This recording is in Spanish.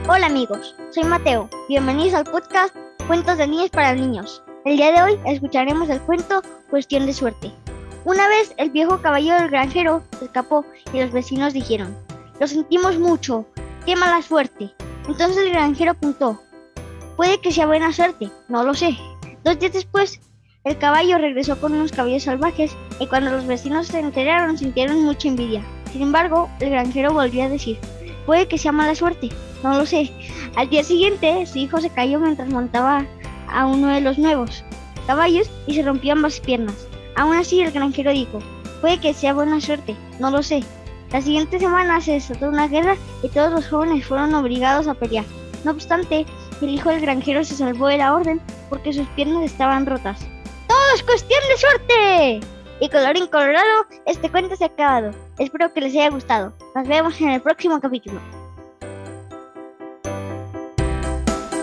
Hola amigos, soy Mateo. Bienvenidos al podcast Cuentos de Niños para Niños. El día de hoy escucharemos el cuento Cuestión de Suerte. Una vez el viejo caballo del granjero se escapó y los vecinos dijeron: "Lo sentimos mucho, qué mala suerte". Entonces el granjero apuntó: "Puede que sea buena suerte, no lo sé". 2 días después, el caballo regresó con unos caballos salvajes y cuando los vecinos se enteraron sintieron mucha envidia. Sin embargo, el granjero volvió a decir: "Puede que sea mala suerte, no lo sé". Al día siguiente, su hijo se cayó mientras montaba a uno de los nuevos caballos y se rompió ambas piernas. Aún así, el granjero dijo: "Puede que sea buena suerte, no lo sé". La siguiente semana se desató una guerra y todos los jóvenes fueron obligados a pelear. No obstante, el hijo del granjero se salvó de la orden porque sus piernas estaban rotas. ¡Todo es cuestión de suerte! Y colorín colorado, este cuento se ha acabado. Espero que les haya gustado. Nos vemos en el próximo capítulo.